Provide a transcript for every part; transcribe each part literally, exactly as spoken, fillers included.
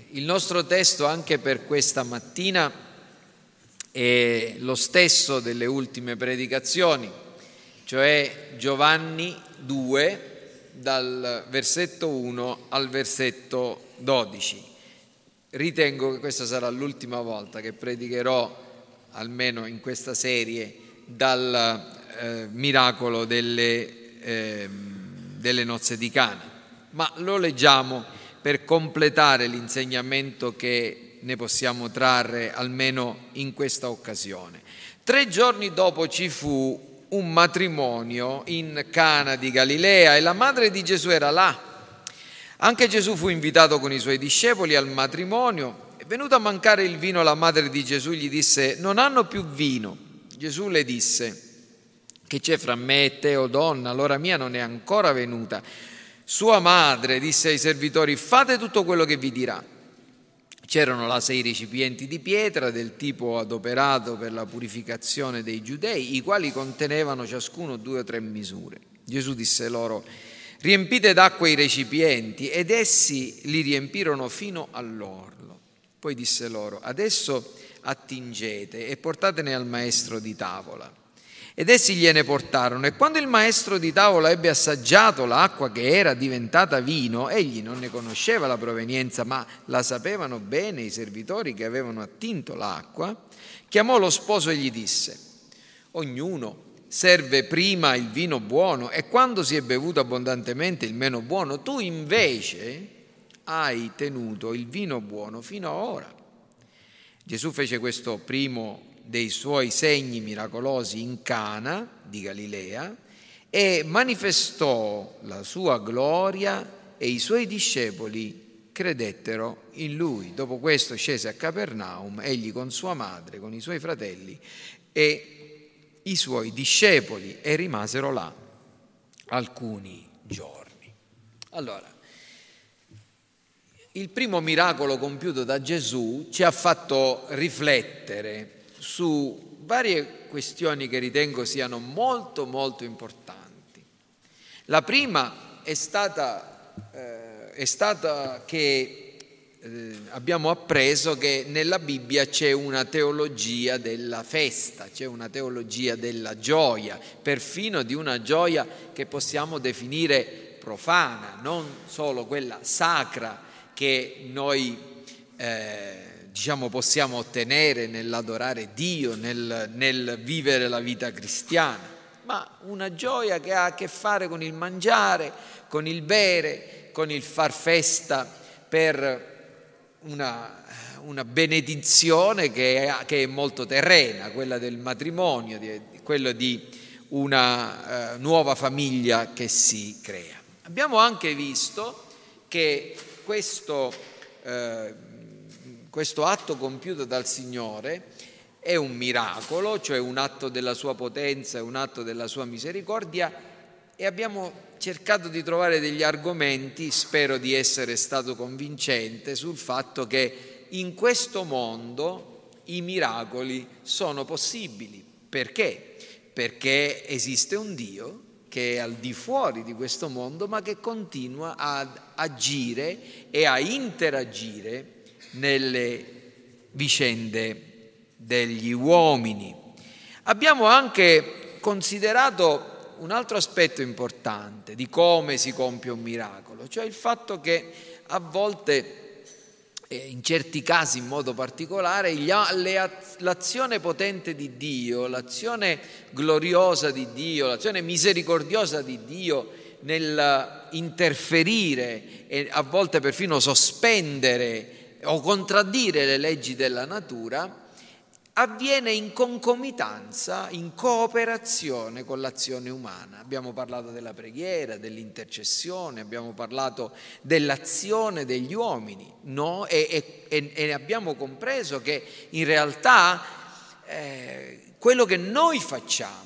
il nostro testo anche per questa mattina è lo stesso delle ultime predicazioni, cioè Giovanni due, dal versetto uno al versetto dodici. Ritengo che questa sarà l'ultima volta che predicherò, almeno in questa serie, dal eh, miracolo delle, eh, delle nozze di Cana, ma lo leggiamo per completare l'insegnamento che ne possiamo trarre almeno in questa occasione. Tre giorni dopo ci fu un matrimonio in Cana di Galilea e la madre di Gesù era là. Anche Gesù fu invitato con i suoi discepoli al matrimonio. E venuto a mancare il vino, la madre di Gesù gli disse: non hanno più vino. Gesù le disse: che c'è fra me e te, o donna? L'ora mia non è ancora venuta. Sua madre disse ai servitori: fate tutto quello che vi dirà. C'erano là sei recipienti di pietra del tipo adoperato per la purificazione dei giudei, i quali contenevano ciascuno due o tre misure. Gesù disse loro: riempite d'acqua i recipienti, ed essi li riempirono fino all'orlo. Poi disse loro: adesso attingete e portatene al maestro di tavola. Ed essi gliene portarono, e quando il maestro di tavola ebbe assaggiato l'acqua che era diventata vino, egli non ne conosceva la provenienza, ma la sapevano bene i servitori che avevano attinto l'acqua, chiamò lo sposo e gli disse: ognuno serve prima il vino buono, e quando si è bevuto abbondantemente il meno buono, tu invece hai tenuto il vino buono fino a ora. Gesù fece questo primo dei suoi segni miracolosi in Cana di Galilea e manifestò la sua gloria, e i suoi discepoli credettero in lui. Dopo questo scese a Capernaum, egli con sua madre, con i suoi fratelli e i suoi discepoli, e rimasero là alcuni giorni. Allora, il primo miracolo compiuto da Gesù ci ha fatto riflettere su varie questioni che ritengo siano molto molto importanti. La prima è stata, eh, è stata che eh, abbiamo appreso che nella Bibbia c'è una teologia della festa, c'è una teologia della gioia, perfino di una gioia che possiamo definire profana, non solo quella sacra che noi eh, diciamo possiamo ottenere nell'adorare Dio, nel, nel vivere la vita cristiana, ma una gioia che ha a che fare con il mangiare, con il bere, con il far festa per una, una benedizione che è, che è molto terrena, quella del matrimonio, di, quello di una uh, nuova famiglia che si crea. Abbiamo anche visto che questo uh, Questo atto compiuto dal Signore è un miracolo, cioè un atto della sua potenza, è un atto della sua misericordia, e abbiamo cercato di trovare degli argomenti, spero di essere stato convincente, sul fatto che in questo mondo i miracoli sono possibili. Perché? Perché esiste un Dio che è al di fuori di questo mondo, ma che continua ad agire e a interagire nelle vicende degli uomini. Abbiamo anche considerato un altro aspetto importante di come si compie un miracolo, cioè il fatto che a volte, in certi casi in modo particolare, l'azione potente di Dio, l'azione gloriosa di Dio, l'azione misericordiosa di Dio nel interferire e a volte perfino sospendere o contraddire le leggi della natura, avviene in concomitanza, in cooperazione con l'azione umana. Abbiamo parlato della preghiera, dell'intercessione, abbiamo parlato dell'azione degli uomini, no? e, e, e abbiamo compreso che in realtà eh, quello che noi facciamo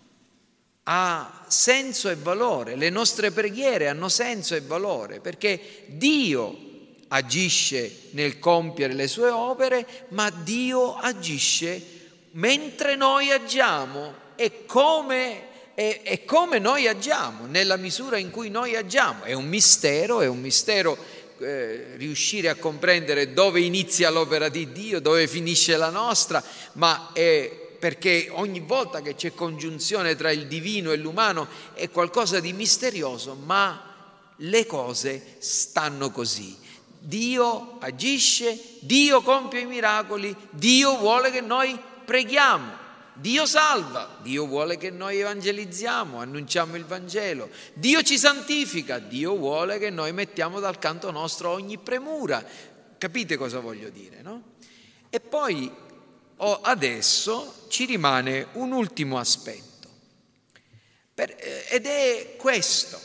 ha senso e valore, le nostre preghiere hanno senso e valore, perché Dio agisce nel compiere le sue opere, ma Dio agisce mentre noi agiamo e come, e, e come noi agiamo, nella misura in cui noi agiamo. È un mistero, è un mistero eh, riuscire a comprendere dove inizia l'opera di Dio, dove finisce la nostra, ma è perché ogni volta che c'è congiunzione tra il divino e l'umano è qualcosa di misterioso, ma le cose stanno così. Dio agisce, Dio compie i miracoli, Dio vuole che noi preghiamo, Dio salva, Dio vuole che noi evangelizziamo, annunciamo il Vangelo, Dio ci santifica, Dio vuole che noi mettiamo dal canto nostro ogni premura. Capite cosa voglio dire, no? E poi oh, adesso ci rimane un ultimo aspetto, per, ed è questo: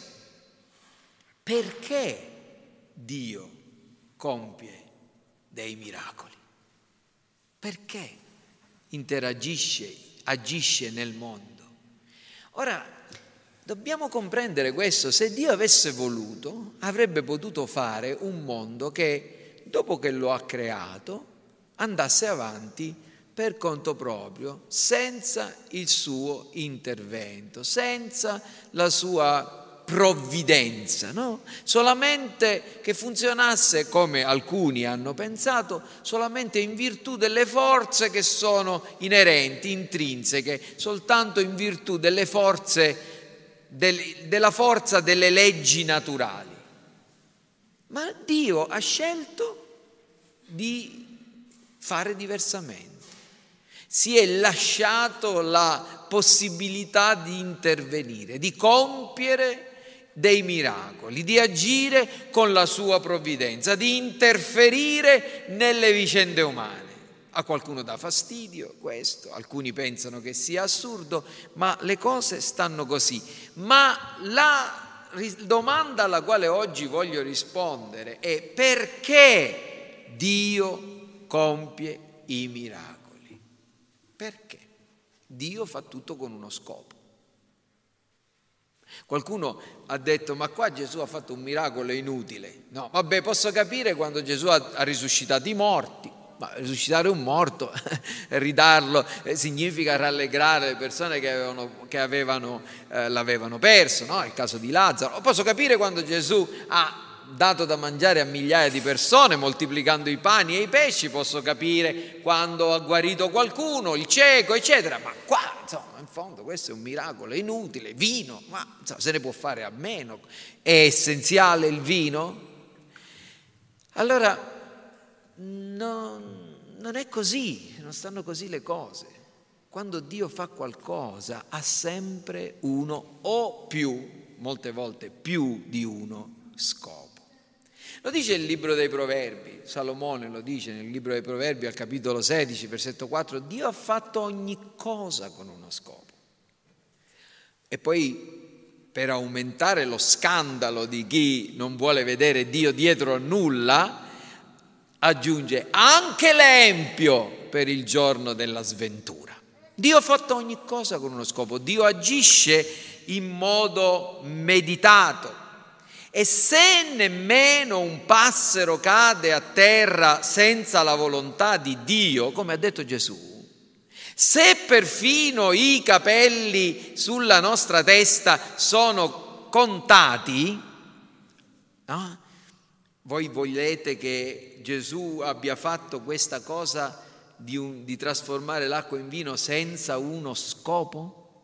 perché Dio compie dei miracoli? Perché interagisce, agisce nel mondo? Ora, dobbiamo comprendere questo. Se Dio avesse voluto, avrebbe potuto fare un mondo che, dopo che lo ha creato, andasse avanti per conto proprio, senza il suo intervento, senza la sua provvidenza, no? Solamente che funzionasse, come alcuni hanno pensato, solamente in virtù delle forze che sono inerenti, intrinseche, soltanto in virtù delle forze, del, della forza delle leggi naturali. Ma Dio ha scelto di fare diversamente. Si è lasciato la possibilità di intervenire, di compiere dei miracoli, di agire con la sua provvidenza, di interferire nelle vicende umane. A qualcuno dà fastidio questo, alcuni pensano che sia assurdo, ma le cose stanno così. Ma la domanda alla quale oggi voglio rispondere è: perché Dio compie i miracoli? Perché? Dio fa tutto con uno scopo. Qualcuno ha detto: ma qua Gesù ha fatto un miracolo inutile. No, vabbè, posso capire quando Gesù ha, ha risuscitato i morti, ma risuscitare un morto, ridarlo, eh, significa rallegrare le persone che, avevano, che avevano, eh, l'avevano perso, no? Il caso di Lazzaro. Posso capire quando Gesù ha dato da mangiare a migliaia di persone, moltiplicando i pani e i pesci. Posso capire quando ha guarito qualcuno, il cieco, eccetera. Ma qua, insomma, in fondo questo è un miracolo, è inutile. Vino, ma insomma, se ne può fare a meno. È essenziale il vino? Allora, non, non è così, non stanno così le cose. Quando Dio fa qualcosa ha sempre uno o più, molte volte più di uno, scopo. Lo dice il libro dei Proverbi, Salomone lo dice nel libro dei Proverbi al capitolo sedici, versetto quattro: Dio ha fatto ogni cosa con uno scopo. E poi, per aumentare lo scandalo di chi non vuole vedere Dio dietro a nulla, aggiunge: anche l'empio per il giorno della sventura. Dio ha fatto ogni cosa con uno scopo, Dio agisce in modo meditato. E se nemmeno un passero cade a terra senza la volontà di Dio, come ha detto Gesù, se perfino i capelli sulla nostra testa sono contati, no? Voi volete che Gesù abbia fatto questa cosa di, un, di trasformare l'acqua in vino senza uno scopo?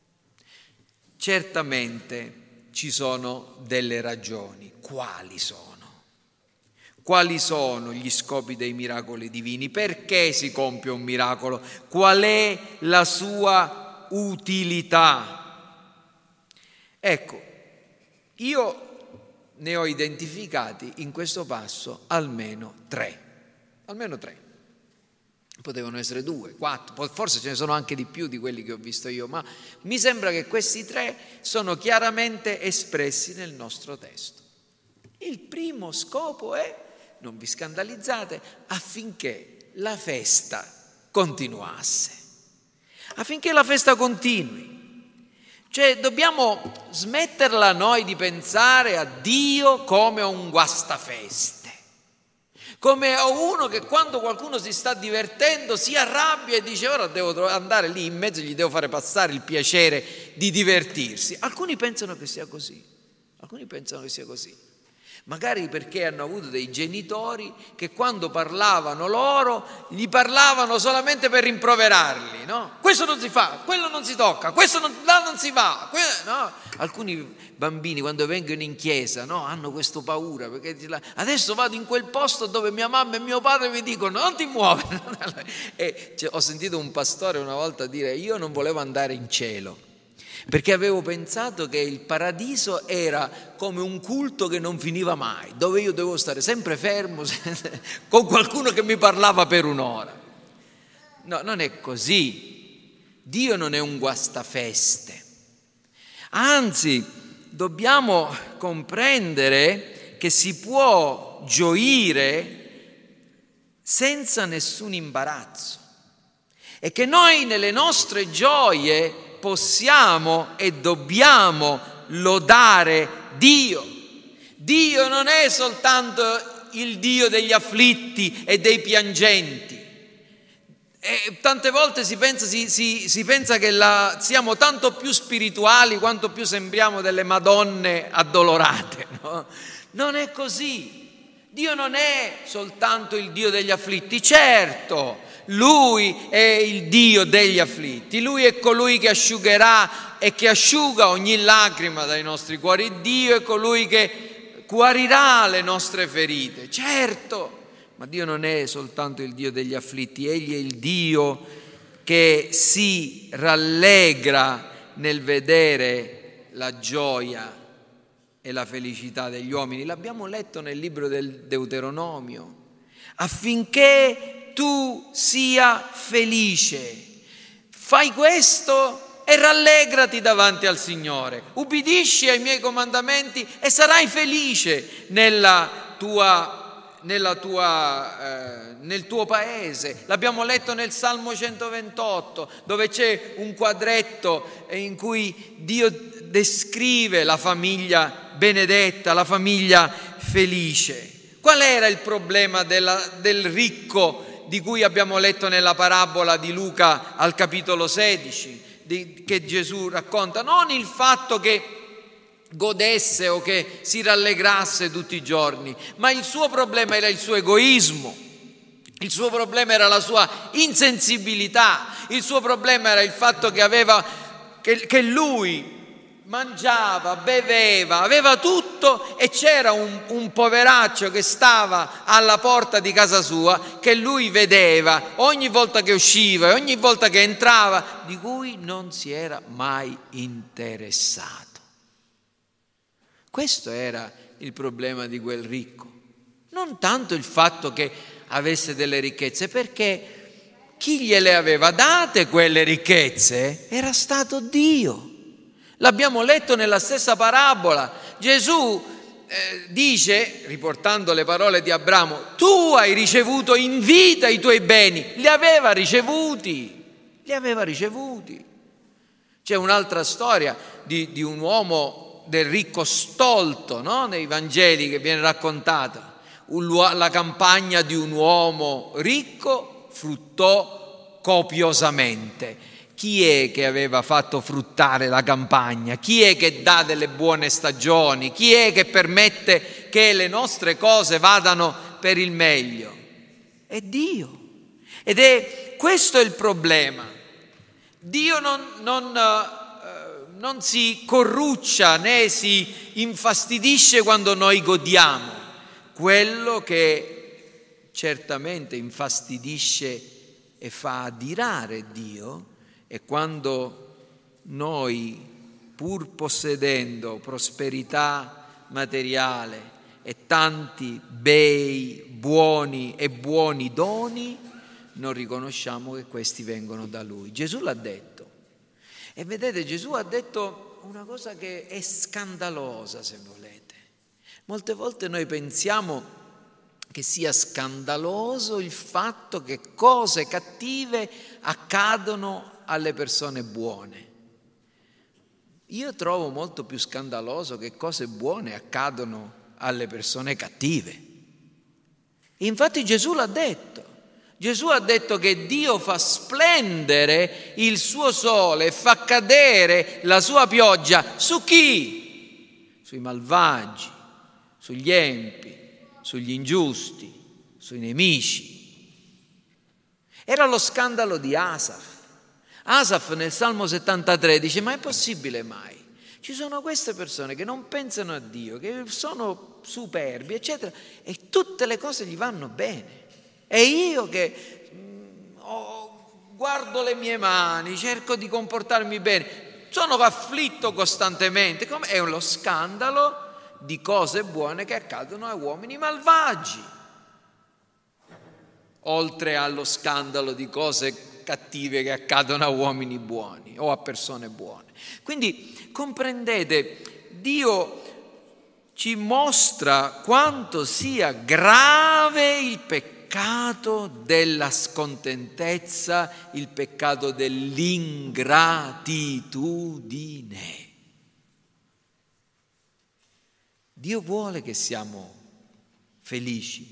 Certamente ci sono delle ragioni. Quali sono? Quali sono gli scopi dei miracoli divini? Perché si compie un miracolo? Qual è la sua utilità? Ecco, io ne ho identificati in questo passo almeno tre. Almeno tre. Potevano essere due, quattro, forse ce ne sono anche di più di quelli che ho visto io, ma mi sembra che questi tre sono chiaramente espressi nel nostro testo. Il primo scopo è, non vi scandalizzate, affinché la festa continuasse, affinché la festa continui. Cioè dobbiamo smetterla noi di pensare a Dio come a un guastafeste, come a uno che quando qualcuno si sta divertendo si arrabbia e dice: ora devo andare lì in mezzo, gli devo fare passare il piacere di divertirsi. Alcuni pensano che sia così, alcuni pensano che sia così. Magari perché hanno avuto dei genitori che quando parlavano loro gli parlavano solamente per rimproverarli, no? Questo non si fa, quello non si tocca, questo non, là non si va, no? Alcuni bambini quando vengono in chiesa, no, hanno questa paura perché adesso vado in quel posto dove mia mamma e mio padre mi dicono non ti muovere. E cioè, ho sentito un pastore una volta dire: io non volevo andare in cielo perché avevo pensato che il paradiso era come un culto che non finiva mai, dove io dovevo stare sempre fermo con qualcuno che mi parlava per un'ora. No, non è così. Dio non è un guastafeste. Anzi, dobbiamo comprendere che si può gioire senza nessun imbarazzo e che noi nelle nostre gioie possiamo e dobbiamo lodare Dio. Dio non è soltanto il Dio degli afflitti e dei piangenti. E tante volte si pensa, si, si, si pensa che la, siamo tanto più spirituali quanto più sembriamo delle madonne addolorate, no? Non è così. Dio non è soltanto il Dio degli afflitti, certo. Lui è il Dio degli afflitti, Lui è colui che asciugherà e che asciuga ogni lacrima dai nostri cuori. Dio è colui che guarirà le nostre ferite, certo, ma Dio non è soltanto il Dio degli afflitti, Egli è il Dio che si rallegra nel vedere la gioia e la felicità degli uomini. L'abbiamo letto nel libro del Deuteronomio, affinché tu sia felice. Fai questo e rallegrati davanti al Signore. Ubbidisci ai miei comandamenti e sarai felice nella tua, nella tua, eh, nel tuo paese. L'abbiamo letto nel Salmo centoventotto, dove c'è un quadretto in cui Dio descrive la famiglia benedetta, la famiglia felice. Qual era il problema della, del ricco di cui abbiamo letto nella parabola di Luca al capitolo sedici, di, che Gesù racconta? Non il fatto che godesse o che si rallegrasse tutti i giorni, ma il suo problema era il suo egoismo, il suo problema era la sua insensibilità, il suo problema era il fatto che aveva che, che lui mangiava, beveva, aveva tutto e c'era un, un poveraccio che stava alla porta di casa sua che lui vedeva ogni volta che usciva e ogni volta che entrava, di cui non si era mai interessato. Questo era il problema di quel ricco, non tanto il fatto che avesse delle ricchezze, perché chi gliele aveva date quelle ricchezze era stato Dio. L'abbiamo letto nella stessa parabola. Gesù eh, dice, riportando le parole di Abramo: tu hai ricevuto in vita i tuoi beni. Li aveva ricevuti, li aveva ricevuti. C'è un'altra storia di, di un uomo, del ricco stolto, no? Nei Vangeli, che viene raccontata. Un, la campagna di un uomo ricco fruttò copiosamente. Chi è che aveva fatto fruttare la campagna? Chi è che dà delle buone stagioni? Chi è che permette che le nostre cose vadano per il meglio? È Dio. Ed è questo il problema. Dio non, non, uh, non si corruccia né si infastidisce quando noi godiamo. Quello che certamente infastidisce e fa adirare Dio e quando noi, pur possedendo prosperità materiale e tanti bei, buoni e buoni doni, non riconosciamo che questi vengono da Lui. Gesù l'ha detto. E vedete, Gesù ha detto una cosa che è scandalosa, se volete. Molte volte noi pensiamo che sia scandaloso il fatto che cose cattive accadono alle persone buone. Io trovo molto più scandaloso che cose buone accadono alle persone cattive. Infatti Gesù l'ha detto. Gesù ha detto che Dio fa splendere il suo sole e fa cadere la sua pioggia su chi? Sui malvagi, sugli empi, sugli ingiusti, sui nemici. Era lo scandalo di Asaf. Asaf nel Salmo settantatré dice: ma è possibile mai? Ci sono queste persone che non pensano a Dio, che sono superbi, eccetera, e tutte le cose gli vanno bene. E io che mh, oh, guardo le mie mani, cerco di comportarmi bene, sono afflitto costantemente. Come? È lo scandalo di cose buone che accadono a uomini malvagi, oltre allo scandalo di cose cattive che accadono a uomini buoni o a persone buone. Quindi comprendete, Dio ci mostra quanto sia grave il peccato della scontentezza, il peccato dell'ingratitudine. Dio vuole che siamo felici.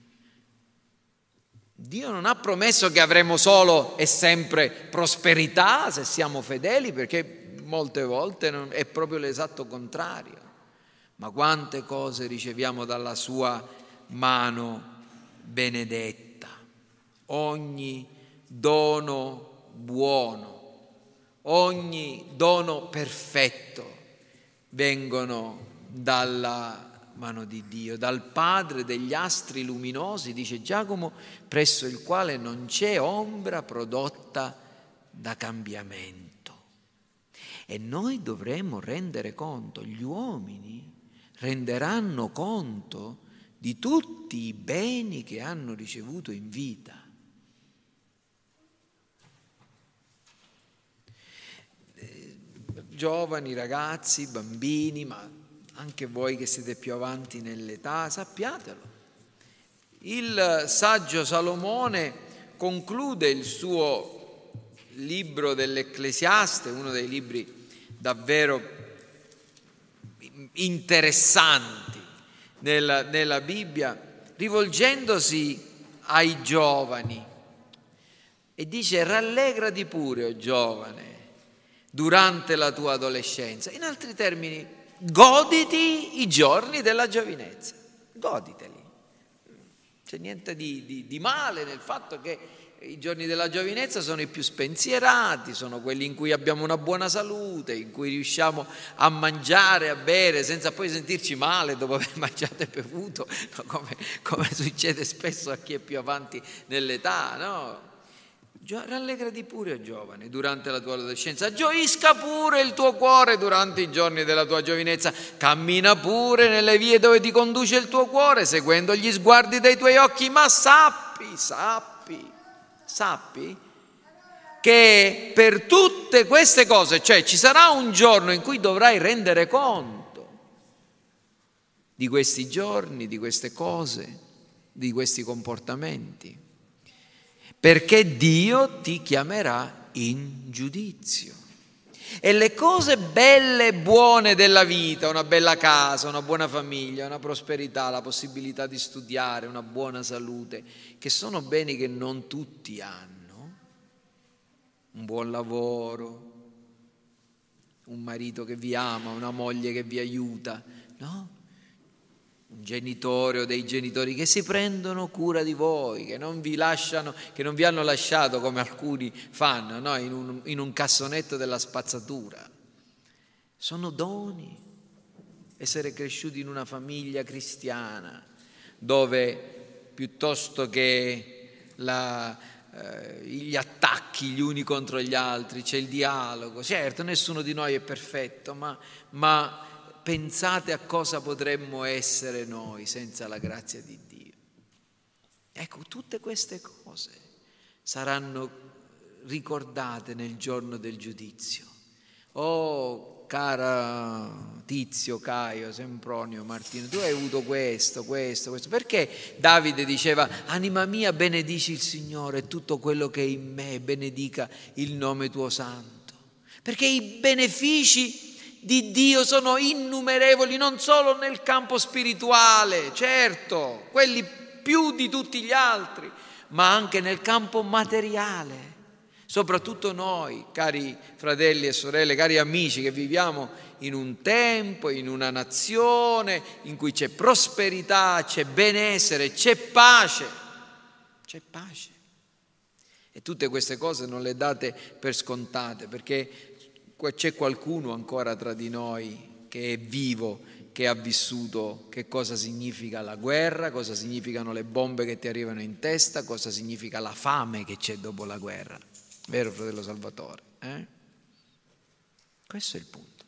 Dio non ha promesso che avremo solo e sempre prosperità se siamo fedeli, perché molte volte non, è proprio l'esatto contrario. Ma quante cose riceviamo dalla sua mano benedetta. Ogni dono buono, ogni dono perfetto vengono dalla mano di Dio, dal Padre degli astri luminosi, dice Giacomo, presso il quale non c'è ombra prodotta da cambiamento. E noi dovremmo rendere conto, gli uomini renderanno conto di tutti i beni che hanno ricevuto in vita. Giovani, ragazzi, bambini, ma anche voi che siete più avanti nell'età, sappiatelo. Il saggio Salomone conclude il suo libro dell'Ecclesiaste, uno dei libri davvero interessanti nella, nella Bibbia, rivolgendosi ai giovani e dice: rallegrati pure, o giovane, durante la tua adolescenza. In altri termini, goditi i giorni della giovinezza, goditeli. C'è niente di, di, di male nel fatto che i giorni della giovinezza sono i più spensierati, sono quelli in cui abbiamo una buona salute, in cui riusciamo a mangiare, a bere senza poi sentirci male dopo aver mangiato e bevuto, no? come, come succede spesso a chi è più avanti nell'età, no? Rallegrati pure, giovane, durante la tua adolescenza, gioisca pure il tuo cuore durante i giorni della tua giovinezza, cammina pure nelle vie dove ti conduce il tuo cuore, seguendo gli sguardi dei tuoi occhi, ma sappi, sappi, sappi che per tutte queste cose, cioè ci sarà un giorno in cui dovrai rendere conto di questi giorni, di queste cose, di questi comportamenti, perché Dio ti chiamerà in giudizio. E le cose belle e buone della vita, una bella casa, una buona famiglia, una prosperità, la possibilità di studiare, una buona salute, che sono beni che non tutti hanno, un buon lavoro, un marito che vi ama, una moglie che vi aiuta, no? Un genitore o dei genitori che si prendono cura di voi, che non vi lasciano, che non vi hanno lasciato come alcuni fanno, no? in, un, in un cassonetto della spazzatura. Sono doni. Essere cresciuti in una famiglia cristiana, dove piuttosto che la, eh, gli attacchi gli uni contro gli altri c'è il dialogo. Certo, nessuno di noi è perfetto, ma... ma pensate a cosa potremmo essere noi senza la grazia di Dio. Ecco, tutte queste cose saranno ricordate nel giorno del giudizio. Oh, cara Tizio, Caio, Sempronio, Martino, tu hai avuto questo, questo, questo. Perché Davide diceva: anima mia, benedici il Signore, e tutto quello che è in me benedica il nome tuo santo. Perché i benefici di Dio sono innumerevoli, non solo nel campo spirituale, certo, quelli più di tutti gli altri, ma anche nel campo materiale. Soprattutto noi, cari fratelli e sorelle, cari amici, che viviamo in un tempo, in una nazione in cui c'è prosperità, c'è benessere, c'è pace, c'è pace. E tutte queste cose non le date per scontate, perché c'è qualcuno ancora tra di noi che è vivo, che ha vissuto che cosa significa la guerra, cosa significano le bombe che ti arrivano in testa, cosa significa la fame che c'è dopo la guerra. Vero, fratello Salvatore? Eh? Questo è il punto.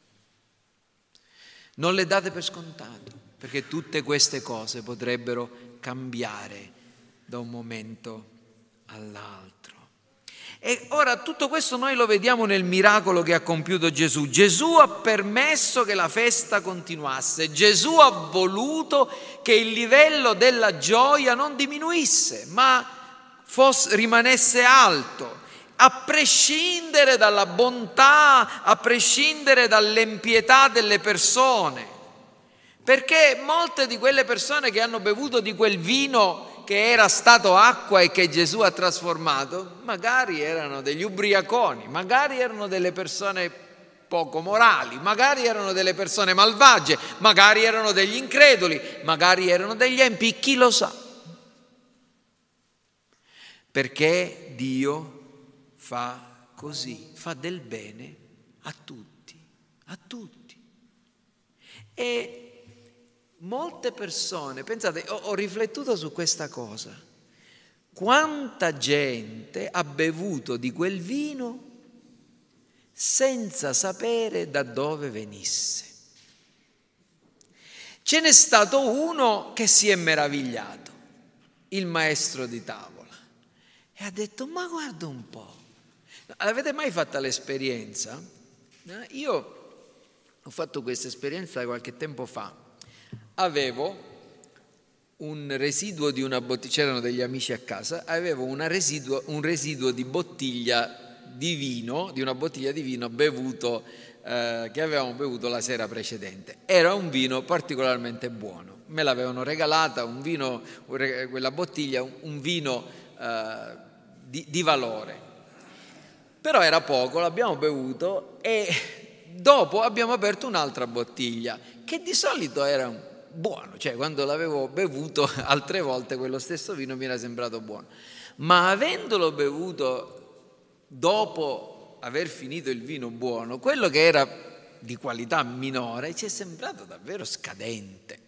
Non le date per scontato, perché tutte queste cose potrebbero cambiare da un momento all'altro. E ora tutto questo noi lo vediamo nel miracolo che ha compiuto Gesù. Gesù ha permesso che la festa continuasse. Gesù ha voluto che il livello della gioia non diminuisse, ma fosse, rimanesse alto, a prescindere dalla bontà, a prescindere dall'empietà delle persone. Perché molte di quelle persone che hanno bevuto di quel vino che era stato acqua e che Gesù ha trasformato, magari erano degli ubriaconi, magari erano delle persone poco morali, magari erano delle persone malvagie, magari erano degli increduli, magari erano degli empi, chi lo sa? Perché Dio fa così, fa del bene a tutti, a tutti. E molte persone, pensate, ho, ho riflettuto su questa cosa, quanta gente ha bevuto di quel vino senza sapere da dove venisse. Ce n'è stato uno che si è meravigliato, il maestro di tavola, e ha detto: ma guarda un po', avete mai fatto l'esperienza? Io ho fatto questa esperienza qualche tempo fa. Avevo un residuo di una bottiglia, c'erano degli amici a casa, avevo una residuo, un residuo di bottiglia di vino, di una bottiglia di vino bevuto, eh, che avevamo bevuto la sera precedente. Era un vino particolarmente buono, me l'avevano regalata, un vino, quella bottiglia, un vino eh, di, di valore. Però era poco, l'abbiamo bevuto e dopo abbiamo aperto un'altra bottiglia, che di solito era un buono, cioè quando l'avevo bevuto altre volte quello stesso vino mi era sembrato buono, ma avendolo bevuto dopo aver finito il vino buono, quello che era di qualità minore ci è sembrato davvero scadente.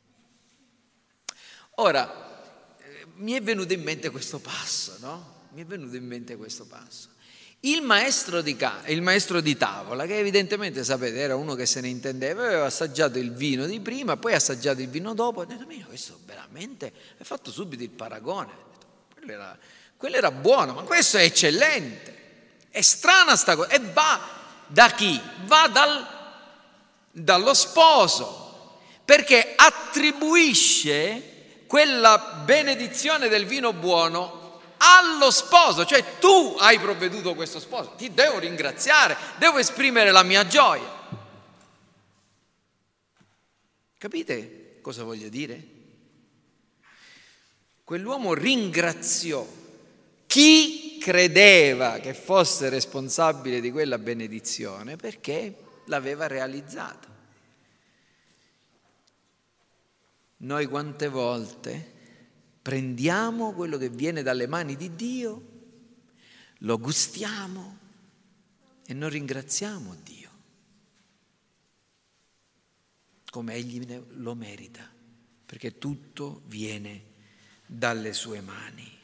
Ora eh, mi è venuto in mente questo passo, no? Mi è venuto in mente questo passo. Il maestro di, ca- il maestro di tavola, che evidentemente, sapete, era uno che se ne intendeva, aveva assaggiato il vino di prima, poi ha assaggiato il vino dopo, ha detto: mio, questo veramente, ha fatto subito il paragone, ha detto, quello, era, quello era buono, ma questo è eccellente, è strana sta cosa, e va da chi? Va dal, dallo sposo, perché attribuisce quella benedizione del vino buono allo sposo, cioè tu hai provveduto a questo sposo, ti devo ringraziare, devo esprimere la mia gioia. Capite cosa voglio dire? Quell'uomo ringraziò chi credeva che fosse responsabile di quella benedizione perché l'aveva realizzata. Noi quante volte prendiamo quello che viene dalle mani di Dio, lo gustiamo e non ringraziamo Dio come Egli lo merita, perché tutto viene dalle sue mani.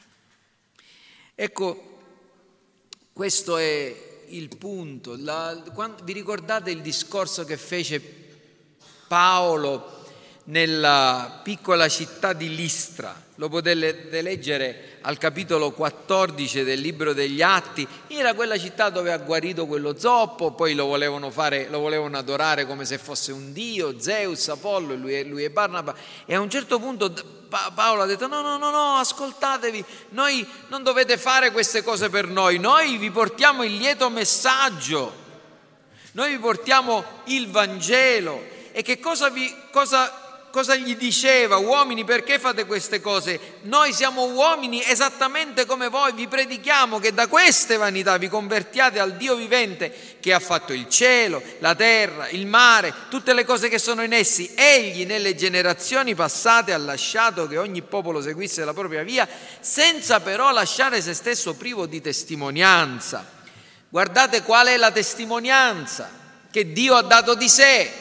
Ecco, questo è il punto. La, quando, vi ricordate il discorso che fece Paolo nella piccola città di Listra? Lo potete leggere al capitolo quattordici del libro degli Atti. Era quella città dove ha guarito quello zoppo, poi lo volevano fare, lo volevano adorare come se fosse un dio, Zeus, Apollo, lui, lui e Barnaba. E a un certo punto Paolo ha detto: no, no, no, no, ascoltatevi, noi non dovete fare queste cose per noi, noi vi portiamo il lieto messaggio, noi vi portiamo il Vangelo. E che cosa vi... cosa cosa gli diceva? Uomini, perché fate queste cose? Noi siamo uomini esattamente come voi, vi predichiamo che da queste vanità vi convertiate al Dio vivente che ha fatto il cielo, la terra, il mare, tutte le cose che sono in essi. Egli nelle generazioni passate ha lasciato che ogni popolo seguisse la propria via, senza però lasciare se stesso privo di testimonianza. Guardate qual è la testimonianza che Dio ha dato di sé.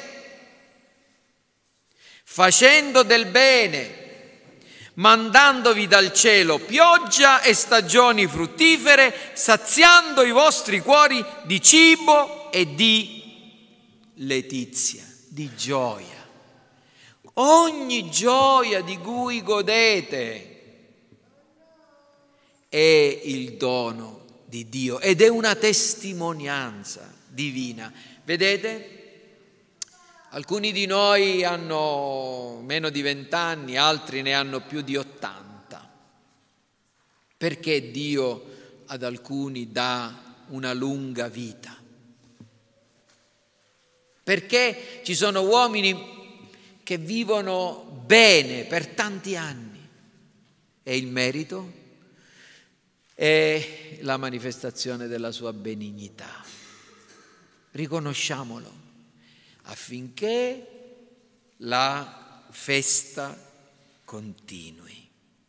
Facendo del bene, mandandovi dal cielo pioggia e stagioni fruttifere, saziando i vostri cuori di cibo e di letizia, di gioia. Ogni gioia di cui godete è il dono di Dio ed è una testimonianza divina. Vedete? Alcuni di noi hanno meno di vent'anni, altri ne hanno più di ottanta. Perché Dio ad alcuni dà una lunga vita? Perché ci sono uomini che vivono bene per tanti anni e il merito è la manifestazione della sua benignità. Riconosciamolo, affinché la festa continui.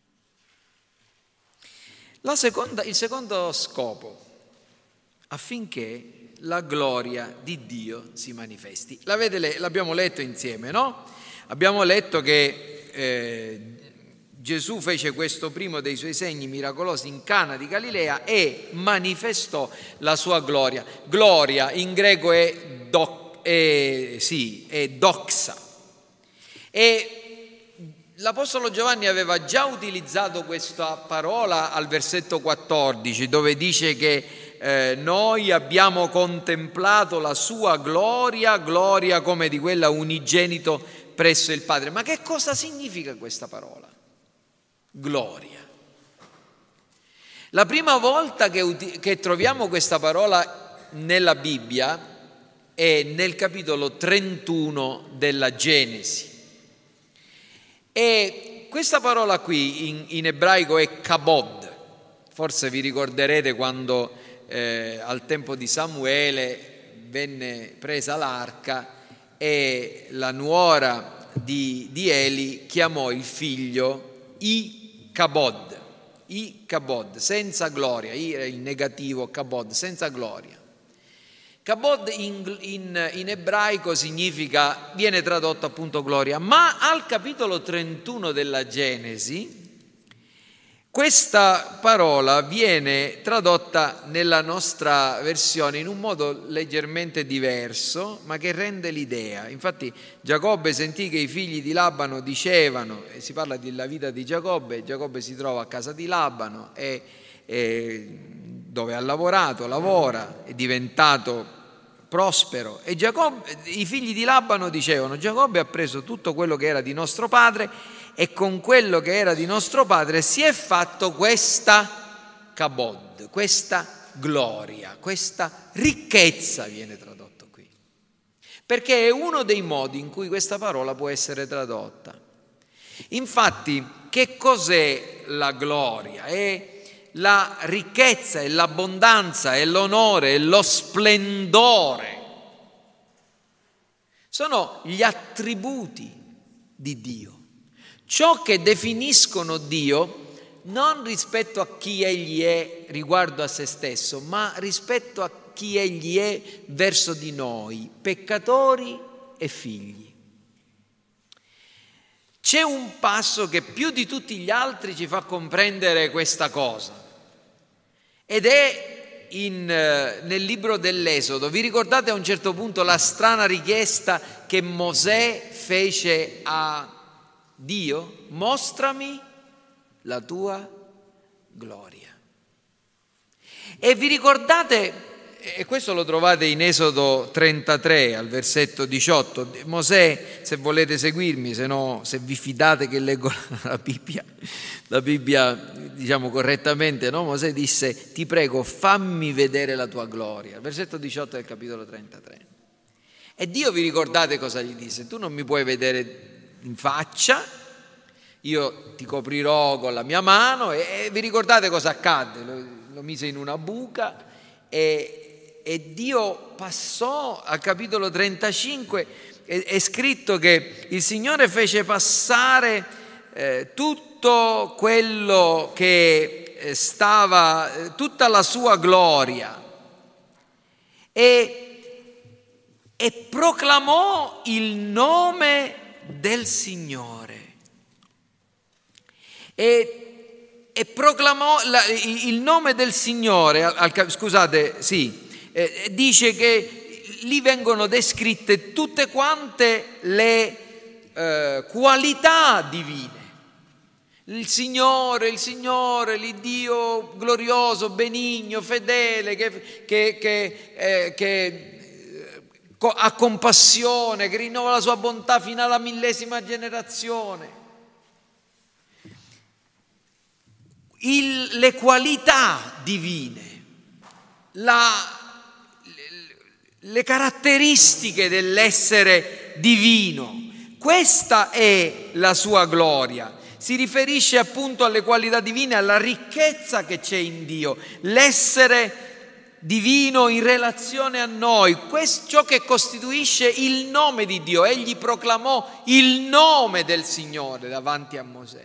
La seconda, il secondo scopo, affinché la gloria di Dio si manifesti. L'avete, l'abbiamo letto insieme, no? Abbiamo letto che eh, Gesù fece questo primo dei suoi segni miracolosi in Cana di Galilea e manifestò la sua gloria. Gloria in greco è doc. Eh, sì, è doxa. E l'Apostolo Giovanni aveva già utilizzato questa parola al versetto quattordici, dove dice che eh, noi abbiamo contemplato la sua gloria, gloria come di quella unigenito presso il Padre. Ma che cosa significa questa parola? Gloria. La prima volta che, che troviamo questa parola nella Bibbia è nel capitolo trentuno della Genesi. E questa parola qui in, in ebraico è kabod. Forse vi ricorderete quando eh, al tempo di Samuele venne presa l'arca e la nuora di, di Eli chiamò il figlio I-kabod, I-kabod, senza gloria. I era il negativo, kabod, senza gloria. Kabod in, in, in ebraico significa, viene tradotto appunto gloria, ma al capitolo trentuno della Genesi questa parola viene tradotta nella nostra versione in un modo leggermente diverso, ma che rende l'idea. Infatti Giacobbe sentì che i figli di Labano dicevano, e si parla della vita di Giacobbe, Giacobbe si trova a casa di Labano e, e dove ha lavorato, lavora, è diventato prospero, e Giacobbe, i figli di Labano dicevano: Giacobbe ha preso tutto quello che era di nostro padre e con quello che era di nostro padre si è fatto questa kabod, questa gloria, questa ricchezza, viene tradotto qui, perché è uno dei modi in cui questa parola può essere tradotta. Infatti, che cos'è la gloria? È la ricchezza, è l'abbondanza, è l'onore, è lo splendore. Sono gli attributi di Dio, ciò che definiscono Dio non rispetto a chi Egli è riguardo a se stesso, ma rispetto a chi Egli è verso di noi, peccatori e figli. C'è un passo che più di tutti gli altri ci fa comprendere questa cosa, ed è in, nel libro dell'Esodo. Vi ricordate a un certo punto la strana richiesta che Mosè fece a Dio? Mostrami la tua gloria. E vi ricordate, e questo lo trovate in Esodo trentatré al versetto diciotto, Mosè, se volete seguirmi, se no, se vi fidate che leggo la Bibbia, la Bibbia diciamo correttamente, no? Mosè disse: ti prego, fammi vedere la tua gloria, il versetto diciotto del capitolo trentatré. E Dio, vi ricordate cosa gli disse? Tu non mi puoi vedere in faccia, io ti coprirò con la mia mano, e, e vi ricordate cosa accadde? Lo, lo mise in una buca e, e Dio passò, al capitolo trentacinque è, è scritto che il Signore fece passare eh, tutto quello che stava, eh, tutta la sua gloria, e, e proclamò il nome del Signore. E, e proclamò la, il nome del Signore, al, scusate, sì, eh, dice che lì vengono descritte tutte quante le eh, qualità divine. Il Signore, il Signore, l'Iddio glorioso, benigno, fedele, che, che, che, eh, che ha compassione, che rinnova la sua bontà fino alla millesima generazione. Il, le qualità divine, la, le, le caratteristiche dell'essere divino, questa è la sua gloria. Si riferisce appunto alle qualità divine, alla ricchezza che c'è in Dio, l'essere divino in relazione a noi, questo, ciò che costituisce il nome di Dio. Egli proclamò il nome del Signore davanti a Mosè.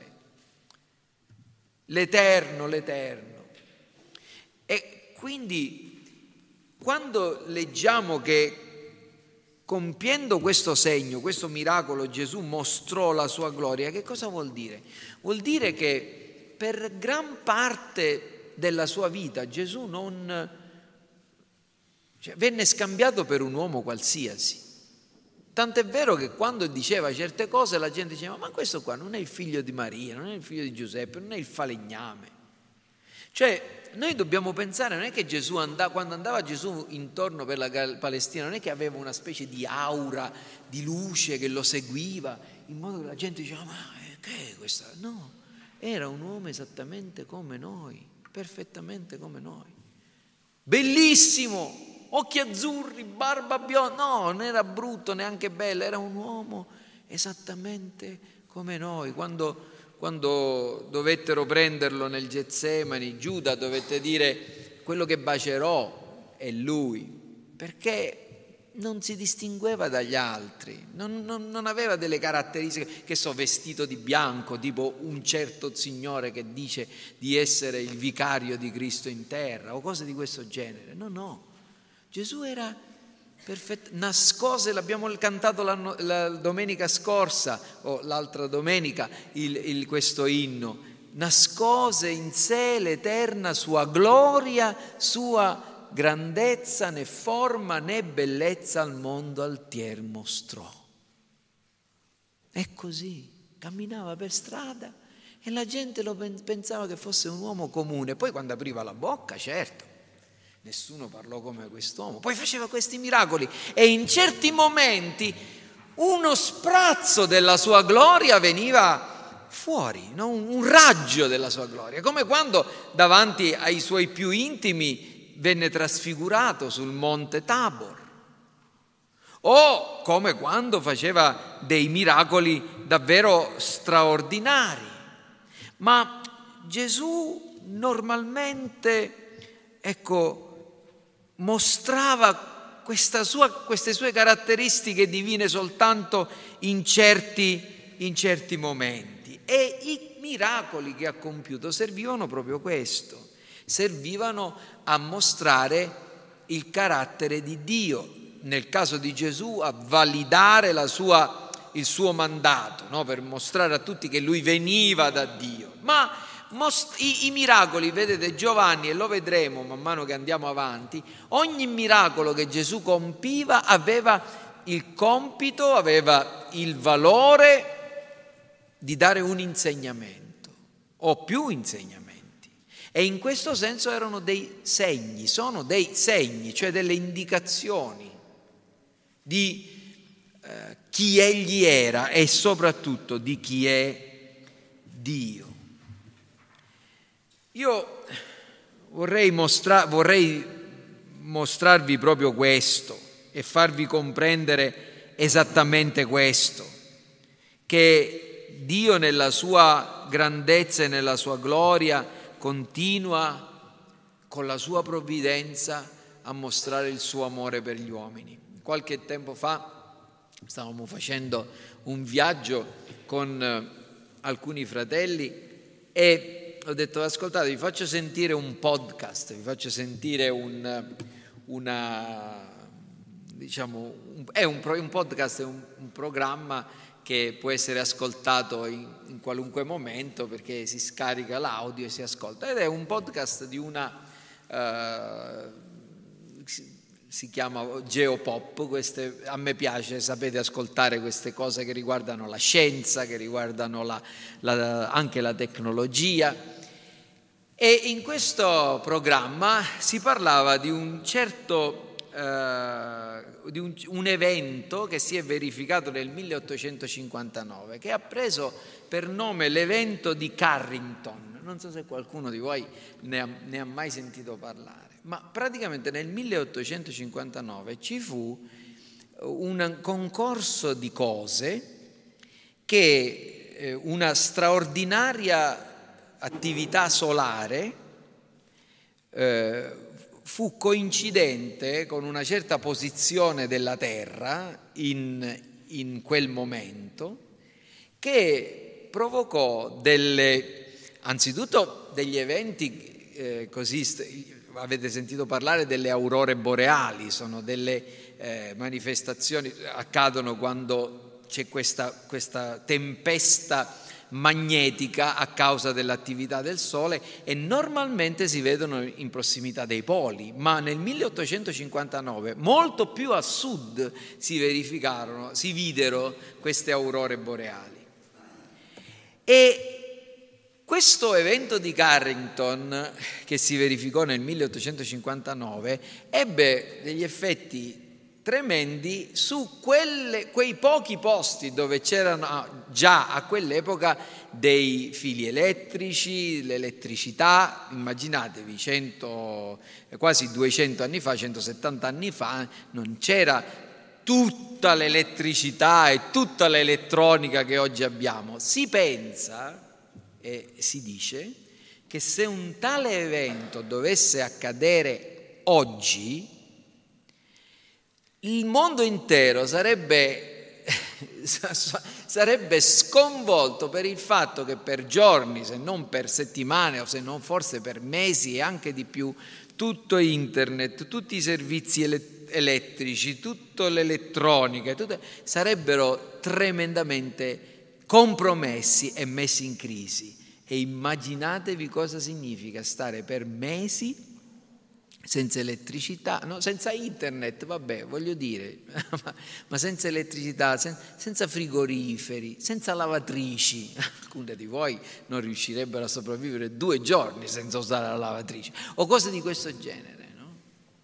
L'Eterno, l'Eterno. E quindi quando leggiamo che compiendo questo segno, questo miracolo, Gesù mostrò la sua gloria, che cosa vuol dire? Vuol dire che per gran parte della sua vita Gesù non, cioè, venne scambiato per un uomo qualsiasi. Tant'è vero che quando diceva certe cose la gente diceva: ma questo qua non è il figlio di Maria, non è il figlio di Giuseppe, non è il falegname. Cioè noi dobbiamo pensare, non è che Gesù andava, quando andava Gesù intorno per la Palestina, non è che aveva una specie di aura di luce che lo seguiva, in modo che la gente diceva: ma che è questa? No, era un uomo esattamente come noi, perfettamente come noi, bellissimo, occhi azzurri, barba bionda, no, non era brutto neanche bello, era un uomo esattamente come noi. Quando, quando dovettero prenderlo nel Getsemani, Giuda dovette dire: quello che bacerò è lui, perché non si distingueva dagli altri, non, non, non aveva delle caratteristiche, che so, vestito di bianco, tipo un certo signore che dice di essere il vicario di Cristo in terra, o cose di questo genere. No, no. Gesù era perfetto, nascose, l'abbiamo cantato la, la domenica scorsa o l'altra domenica il, il, questo inno, nascose in sé l'eterna sua gloria, sua grandezza, né forma né bellezza al mondo altier mostrò. È così, camminava per strada e la gente lo pensava che fosse un uomo comune, poi quando apriva la bocca, certo, nessuno parlò come quest'uomo, poi faceva questi miracoli e in certi momenti uno sprazzo della sua gloria veniva fuori, no? un, un raggio della sua gloria, come quando davanti ai suoi più intimi venne trasfigurato sul monte Tabor, o come quando faceva dei miracoli davvero straordinari. Ma Gesù normalmente, ecco, mostrava questa sua, queste sue caratteristiche divine soltanto in certi, in certi momenti, e i miracoli che ha compiuto servivano proprio questo, servivano a mostrare il carattere di Dio, nel caso di Gesù a validare la sua, il suo mandato, no? Per mostrare a tutti che lui veniva da Dio. Ma Most- i, i miracoli, vedete, Giovanni, e lo vedremo man mano che andiamo avanti, ogni miracolo che Gesù compiva aveva il compito, aveva il valore di dare un insegnamento o più insegnamenti, e in questo senso erano dei segni, sono dei segni, cioè delle indicazioni di eh, chi egli era e soprattutto di chi è Dio. Io vorrei, mostra- vorrei mostrarvi proprio questo e farvi comprendere esattamente questo, che che Dio nella sua grandezza e nella sua gloria continua con la sua provvidenza a mostrare il suo amore per gli uomini. Qualche tempo fa stavamo facendo un viaggio con alcuni fratelli e ho detto: ascoltate, vi faccio sentire un podcast, vi faccio sentire un, una, diciamo, un, è un, un podcast, è un, un programma che può essere ascoltato in, in qualunque momento, perché si scarica l'audio e si ascolta, ed è un podcast di una uh, si, si chiama Geopop. Queste, a me piace, sapete, ascoltare queste cose che riguardano la scienza, che riguardano la, la, anche la tecnologia. E in questo programma si parlava di un certo Uh, di un, un evento che si è verificato nel milleottocentocinquantanove, che ha preso per nome l'evento di Carrington. Non so se qualcuno di voi ne ha, ne ha mai sentito parlare, ma praticamente nel milleottocentocinquantanove ci fu un concorso di cose che eh, una straordinaria attività solare eh, fu coincidente con una certa posizione della Terra in, in quel momento, che provocò delle, anzitutto degli eventi eh, così, avete sentito parlare delle aurore boreali, sono delle eh, manifestazioni, accadono quando c'è questa, questa tempesta magnetica a causa dell'attività del Sole, e normalmente si vedono in prossimità dei poli, ma nel milleottocentocinquantanove molto più a sud si verificarono, si videro queste aurore boreali. E questo evento di Carrington, che si verificò nel milleottocentocinquantanove, ebbe degli effetti tremendi su quelle, quei pochi posti dove c'erano già a quell'epoca dei fili elettrici, l'elettricità. Immaginatevi, cento, quasi duecento anni fa, centosettanta anni fa, non c'era tutta l'elettricità e tutta l'elettronica che oggi abbiamo. Si pensa e si dice che se un tale evento dovesse accadere oggi, il mondo intero sarebbe, sarebbe sconvolto per il fatto che per giorni, se non per settimane o se non forse per mesi e anche di più, tutto internet, tutti i servizi elettrici, tutta l'elettronica, tutto, sarebbero tremendamente compromessi e messi in crisi. E immaginatevi cosa significa stare per mesi senza elettricità, no, senza internet, vabbè, voglio dire, ma, ma senza elettricità, sen, senza frigoriferi, senza lavatrici. Alcuni di voi non riuscirebbero a sopravvivere due giorni senza usare la lavatrice, o cose di questo genere, no?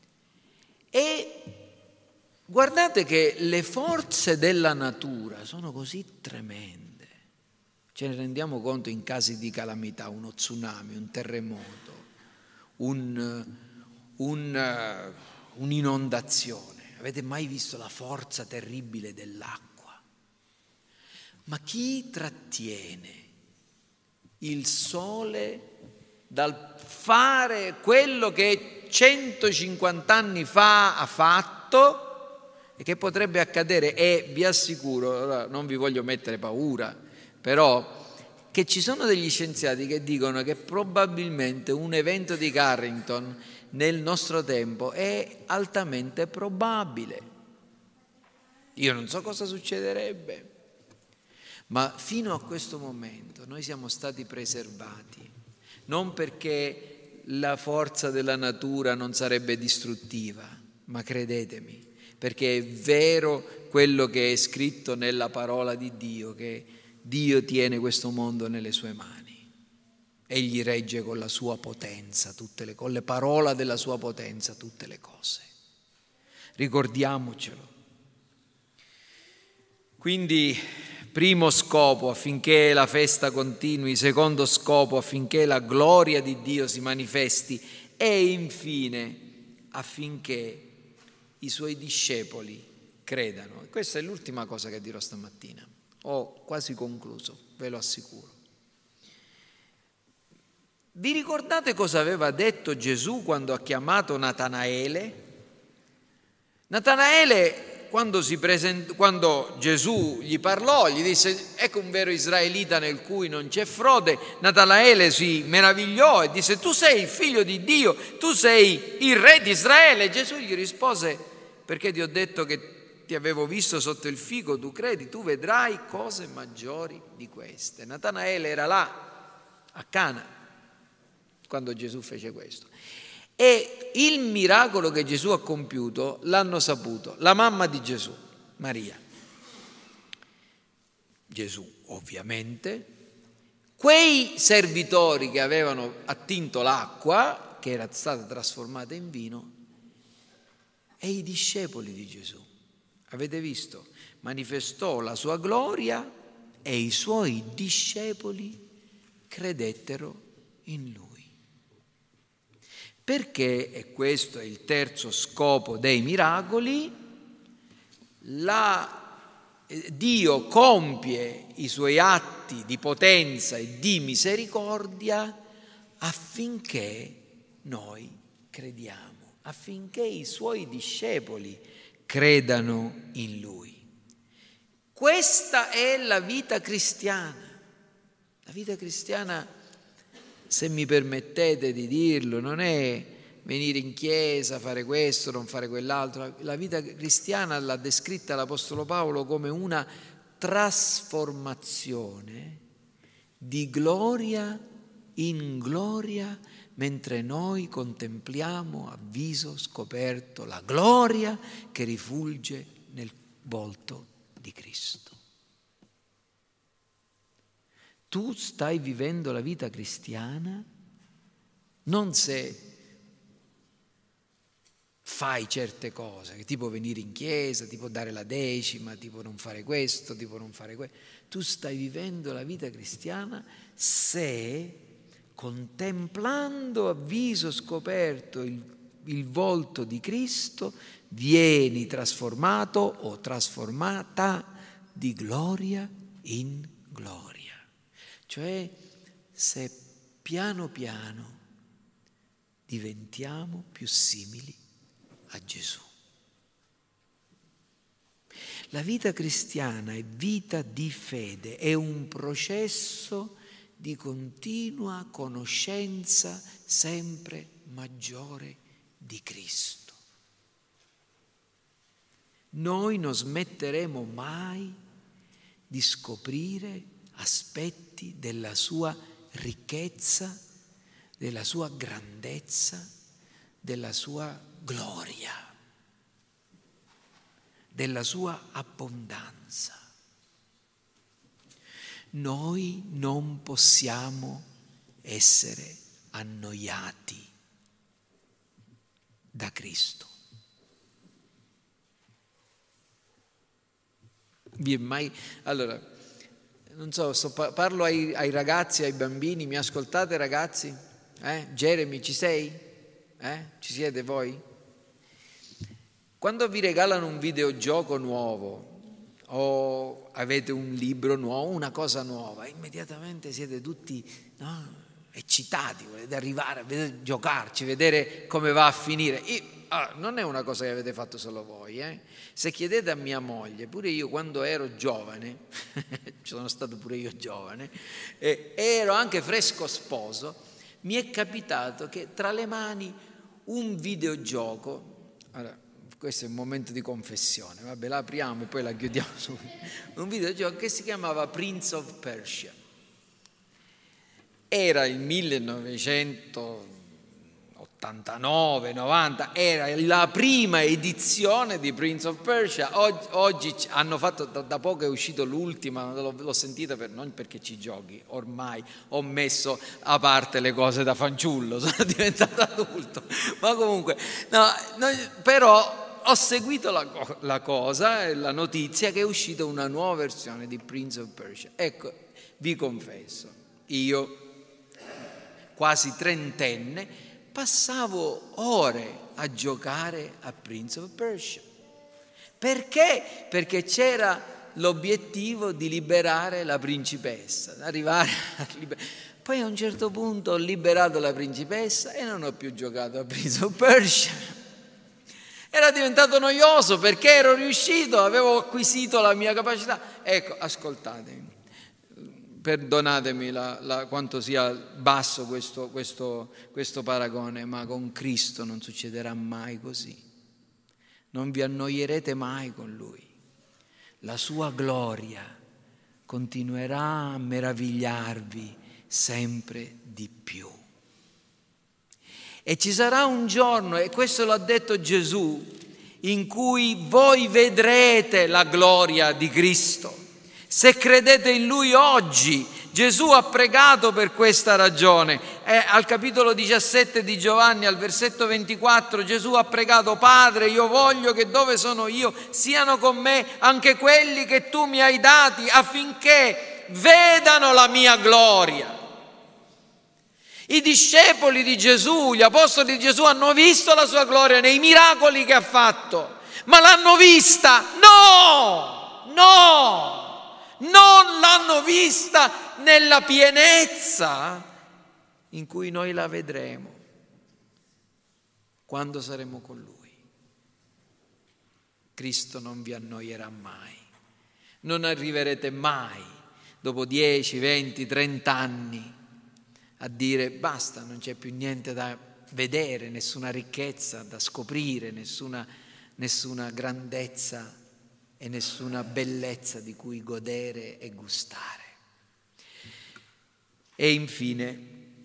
E guardate che le forze della natura sono così tremende, ce ne rendiamo conto in casi di calamità, uno tsunami, un terremoto, un... Un, uh, un'inondazione. Avete mai visto la forza terribile dell'acqua? Ma chi trattiene il sole dal fare quello che centocinquanta anni fa ha fatto e che potrebbe accadere? E vi assicuro, allora, non vi voglio mettere paura, però che ci sono degli scienziati che dicono che probabilmente un evento di Carrington nel nostro tempo è altamente probabile. Io non so cosa succederebbe, ma fino a questo momento noi siamo stati preservati, non perché la forza della natura non sarebbe distruttiva, ma credetemi, perché è vero quello che è scritto nella parola di Dio, che Dio tiene questo mondo nelle sue mani. Egli regge con la sua potenza, tutte le, con le parole della sua potenza, tutte le cose. Ricordiamocelo. Quindi, primo scopo affinché la festa continui, secondo scopo affinché la gloria di Dio si manifesti e infine affinché i suoi discepoli credano. E questa è l'ultima cosa che dirò stamattina. Ho quasi concluso, ve lo assicuro. Vi ricordate cosa aveva detto Gesù quando ha chiamato Natanaele? Natanaele, quando, si present... quando Gesù gli parlò, gli disse: ecco un vero israelita nel cui non c'è frode. Natanaele si meravigliò e disse: tu sei il figlio di Dio, tu sei il re di Israele. Gesù gli rispose: perché ti ho detto che ti avevo visto sotto il fico, tu credi? Tu vedrai cose maggiori di queste. Natanaele era là, a Cana, quando Gesù fece questo. E il miracolo che Gesù ha compiuto l'hanno saputo la mamma di Gesù, Maria, Gesù ovviamente, quei servitori che avevano attinto l'acqua che era stata trasformata in vino e i discepoli di Gesù. Avete visto? Manifestò la sua gloria e i suoi discepoli credettero in lui. Perché, e questo è il terzo scopo dei miracoli, la, eh, Dio compie i suoi atti di potenza e di misericordia affinché noi crediamo, affinché i suoi discepoli credano in lui. Questa è la vita cristiana. La vita cristiana, se mi permettete di dirlo, non è venire in chiesa, fare questo, non fare quell'altro. La vita cristiana l'ha descritta l'Apostolo Paolo come una trasformazione di gloria in gloria, mentre noi contempliamo a viso scoperto la gloria che rifulge nel volto di Cristo. Tu stai vivendo la vita cristiana non se fai certe cose, tipo venire in chiesa, tipo dare la decima, tipo non fare questo, tipo non fare quello. Tu stai vivendo la vita cristiana se, contemplando a viso scoperto il, il volto di Cristo, vieni trasformato o trasformata di gloria in gloria. Cioè, se piano piano diventiamo più simili a Gesù. La vita cristiana è vita di fede, è un processo di continua conoscenza sempre maggiore di Cristo. Noi non smetteremo mai di scoprire aspetti della sua ricchezza, della sua grandezza, della sua gloria, della sua abbondanza. Noi non possiamo essere annoiati da Cristo. Vi è mai... Allora, non so, sto, parlo ai, ai ragazzi, ai bambini, mi ascoltate ragazzi? Eh? Jeremy, ci sei? Eh? Ci siete voi? Quando vi regalano un videogioco nuovo o avete un libro nuovo, una cosa nuova, immediatamente siete tutti, no, eccitati, volete arrivare, vedere, giocarci, vedere come va a finire. Io, ah, non è una cosa che avete fatto solo voi, eh? Se chiedete a mia moglie, pure io quando ero giovane, sono stato pure io giovane, e ero anche fresco sposo, mi è capitato che tra le mani un videogioco, allora, questo è un momento di confessione, vabbè, la apriamo e poi la chiudiamo subito, un videogioco che si chiamava Prince of Persia. Era il millenovecentottantanove novanta, era la prima edizione di Prince of Persia. Oggi, oggi hanno fatto, da, da poco è uscito l'ultima, l'ho, l'ho sentita per, non perché ci giochi, ormai ho messo a parte le cose da fanciullo, sono diventato adulto, ma comunque, no, no, però ho seguito la, la cosa, la notizia che è uscita una nuova versione di Prince of Persia. Ecco, vi confesso, io quasi trentenne, passavo ore a giocare a Prince of Persia. Perché? Perché c'era l'obiettivo di liberare la principessa, arrivare a liber- Poi a un certo punto ho liberato la principessa e non ho più giocato a Prince of Persia. Era diventato noioso perché ero riuscito, avevo acquisito la mia capacità. Ecco, ascoltatemi, perdonatemi la, la, quanto sia basso questo, questo, questo paragone, ma con Cristo non succederà mai così. Non vi annoierete mai con Lui. La sua gloria continuerà a meravigliarvi sempre di più. E ci sarà un giorno, e questo l'ha detto Gesù, in cui voi vedrete la gloria di Cristo. Se credete in Lui oggi, Gesù ha pregato per questa ragione. E al capitolo diciassette di Giovanni, al versetto ventiquattro, Gesù ha pregato: Padre, io voglio che dove sono io siano con me anche quelli che tu mi hai dati, affinché vedano la mia gloria. I discepoli di Gesù, gli apostoli di Gesù hanno visto la sua gloria nei miracoli che ha fatto, ma l'hanno vista? No, no, non l'hanno vista nella pienezza in cui noi la vedremo quando saremo con Lui. Cristo non vi annoierà mai, non arriverete mai dopo dieci, venti, trenta anni a dire basta, non c'è più niente da vedere, nessuna ricchezza da scoprire, nessuna, nessuna grandezza e nessuna bellezza di cui godere e gustare. E infine,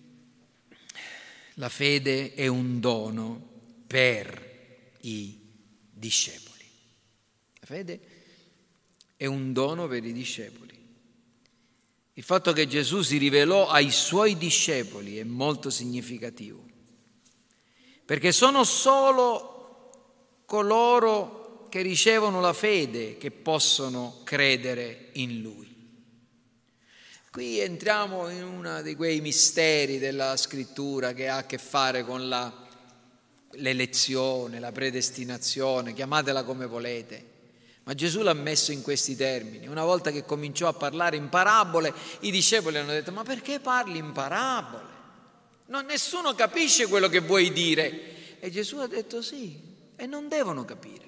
la fede è un dono per i discepoli. La fede è un dono per i discepoli. Il fatto che Gesù si rivelò ai suoi discepoli è molto significativo, perché sono solo coloro che ricevono la fede che possono credere in Lui. Qui entriamo in uno di quei misteri della Scrittura che ha a che fare con la, l'elezione, la predestinazione, chiamatela come volete. Ma Gesù l'ha messo in questi termini. Una volta che cominciò a parlare in parabole, i discepoli hanno detto: ma perché parli in parabole? Non, nessuno capisce quello che vuoi dire. E Gesù ha detto sì, e non devono capire,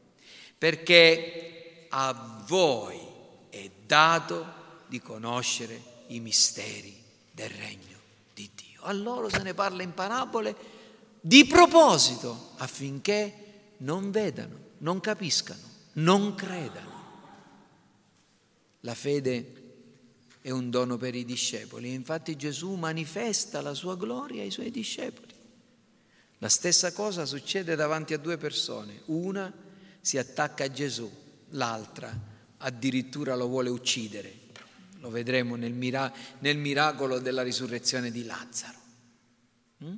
perché a voi è dato di conoscere i misteri del regno di Dio. A loro se ne parla in parabole di proposito, affinché non vedano, non capiscano, non credano. La fede è un dono per i discepoli, infatti Gesù manifesta la sua gloria ai suoi discepoli. La stessa cosa succede davanti a due persone: una si attacca a Gesù, l'altra addirittura lo vuole uccidere. Lo vedremo nel, mira- nel miracolo della risurrezione di Lazzaro. Mm?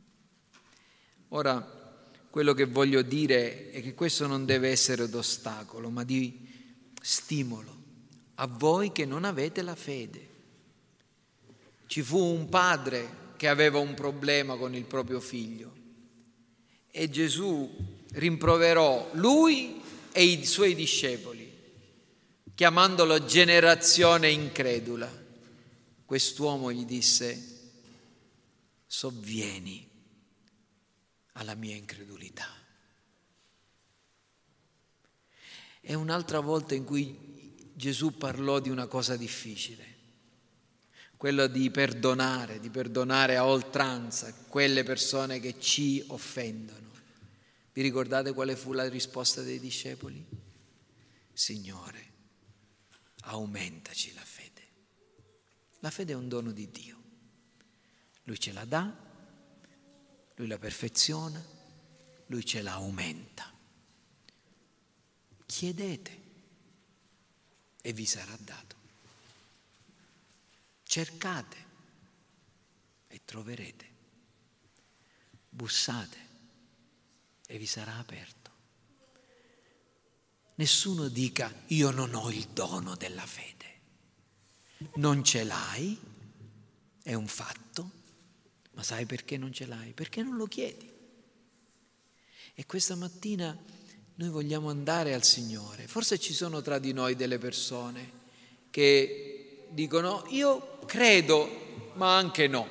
Ora, quello che voglio dire è che questo non deve essere d'ostacolo, ma di stimolo a voi che non avete la fede. Ci fu un padre che aveva un problema con il proprio figlio e Gesù rimproverò lui e i suoi discepoli, chiamandolo generazione incredula. Quest'uomo gli disse: sovvieni alla mia incredulità. È un'altra volta in cui Gesù parlò di una cosa difficile, quello di perdonare, di perdonare a oltranza quelle persone che ci offendono. Vi ricordate quale fu la risposta dei discepoli? Signore, aumentaci la fede. La fede è un dono di Dio. Lui ce la dà, Lui la perfeziona, Lui ce la aumenta. Chiedete e vi sarà dato. Cercate e troverete. Bussate e vi sarà aperto. Nessuno dica: io non ho il dono della fede. Non ce l'hai, è un fatto, ma sai perché non ce l'hai? Perché non lo chiedi. E questa mattina noi vogliamo andare al Signore. Forse ci sono tra di noi delle persone che dicono: io credo, ma anche no.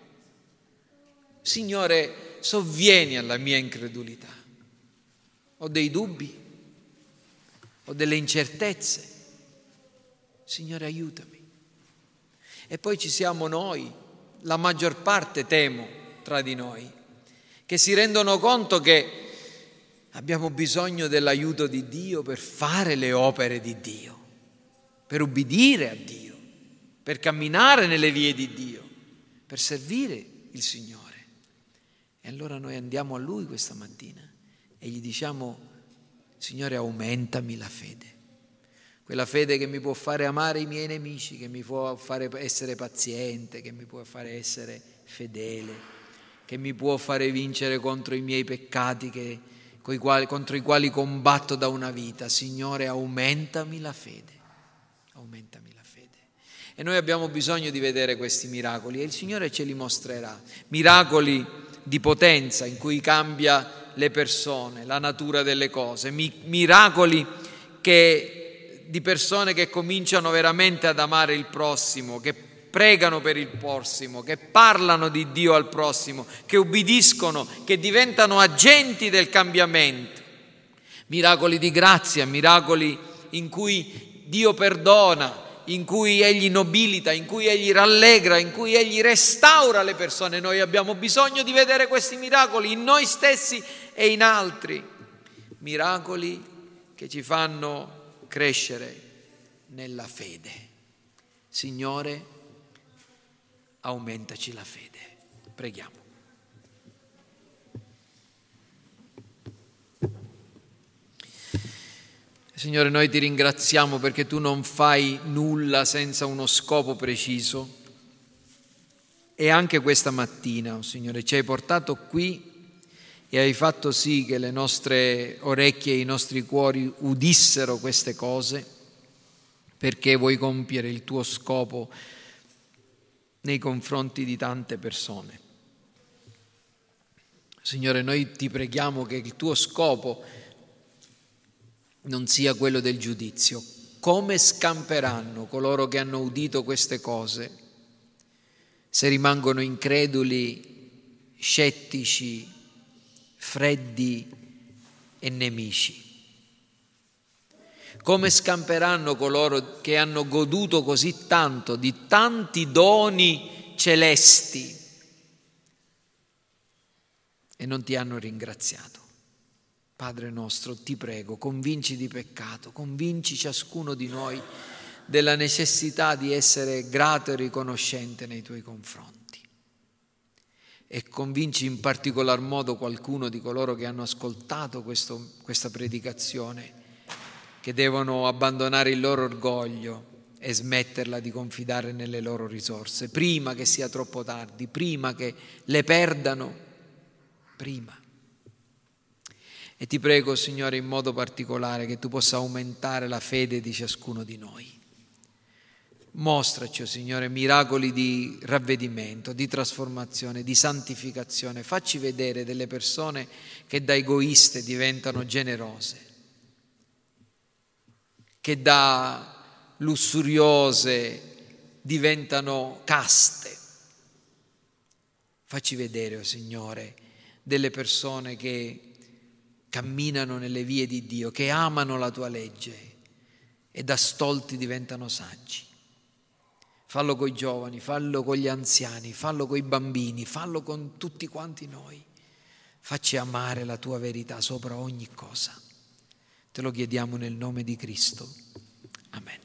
Signore, sovvieni alla mia incredulità. Ho dei dubbi, ho delle incertezze. Signore, aiutami. E poi ci siamo noi, la maggior parte, temo, tra di noi, che si rendono conto che abbiamo bisogno dell'aiuto di Dio per fare le opere di Dio, per ubbidire a Dio, per camminare nelle vie di Dio, per servire il Signore. E allora noi andiamo a Lui questa mattina e gli diciamo: Signore, aumentami la fede. Quella fede che mi può fare amare i miei nemici, che mi può fare essere paziente, che mi può fare essere fedele, che mi può fare vincere contro i miei peccati che, coi quali, contro i quali combatto da una vita. Signore, aumentami la fede, aumentami la fede. E noi abbiamo bisogno di vedere questi miracoli e il Signore ce li mostrerà. Miracoli di potenza in cui cambia le persone, la natura delle cose, mi, miracoli che di persone che cominciano veramente ad amare il prossimo, che pregano per il prossimo, che parlano di Dio al prossimo, che ubbidiscono, che diventano agenti del cambiamento. Miracoli di grazia, miracoli in cui Dio perdona, in cui Egli nobilita, in cui Egli rallegra, in cui Egli restaura le persone. Noi abbiamo bisogno di vedere questi miracoli in noi stessi e in altri. Miracoli che ci fanno crescere nella fede. Signore, aumentaci la fede. Preghiamo. Signore, noi ti ringraziamo perché tu non fai nulla senza uno scopo preciso. E anche questa mattina, oh Signore, ci hai portato qui e hai fatto sì che le nostre orecchie e i nostri cuori udissero queste cose, perché vuoi compiere il tuo scopo nei confronti di tante persone. Signore, noi ti preghiamo che il tuo scopo non sia quello del giudizio. Come scamperanno coloro che hanno udito queste cose se rimangono increduli, scettici, freddi e nemici? Come scamperanno coloro che hanno goduto così tanto di tanti doni celesti e non ti hanno ringraziato? Padre nostro, ti prego, convinci di peccato, convinci ciascuno di noi della necessità di essere grato e riconoscente nei tuoi confronti. E convinci in particolar modo qualcuno di coloro che hanno ascoltato questo, questa predicazione, che devono abbandonare il loro orgoglio e smetterla di confidare nelle loro risorse, prima che sia troppo tardi, prima che le perdano, prima. E ti prego, Signore, in modo particolare che tu possa aumentare la fede di ciascuno di noi. Mostraci, oh Signore, miracoli di ravvedimento, di trasformazione, di santificazione. Facci vedere delle persone che da egoiste diventano generose, che da lussuriose diventano caste. Facci vedere, oh Signore, delle persone che camminano nelle vie di Dio, che amano la tua legge e da stolti diventano saggi. Fallo con i giovani, fallo con gli anziani, fallo con i bambini, fallo con tutti quanti noi. Facci amare la tua verità sopra ogni cosa. Te lo chiediamo nel nome di Cristo. Amen.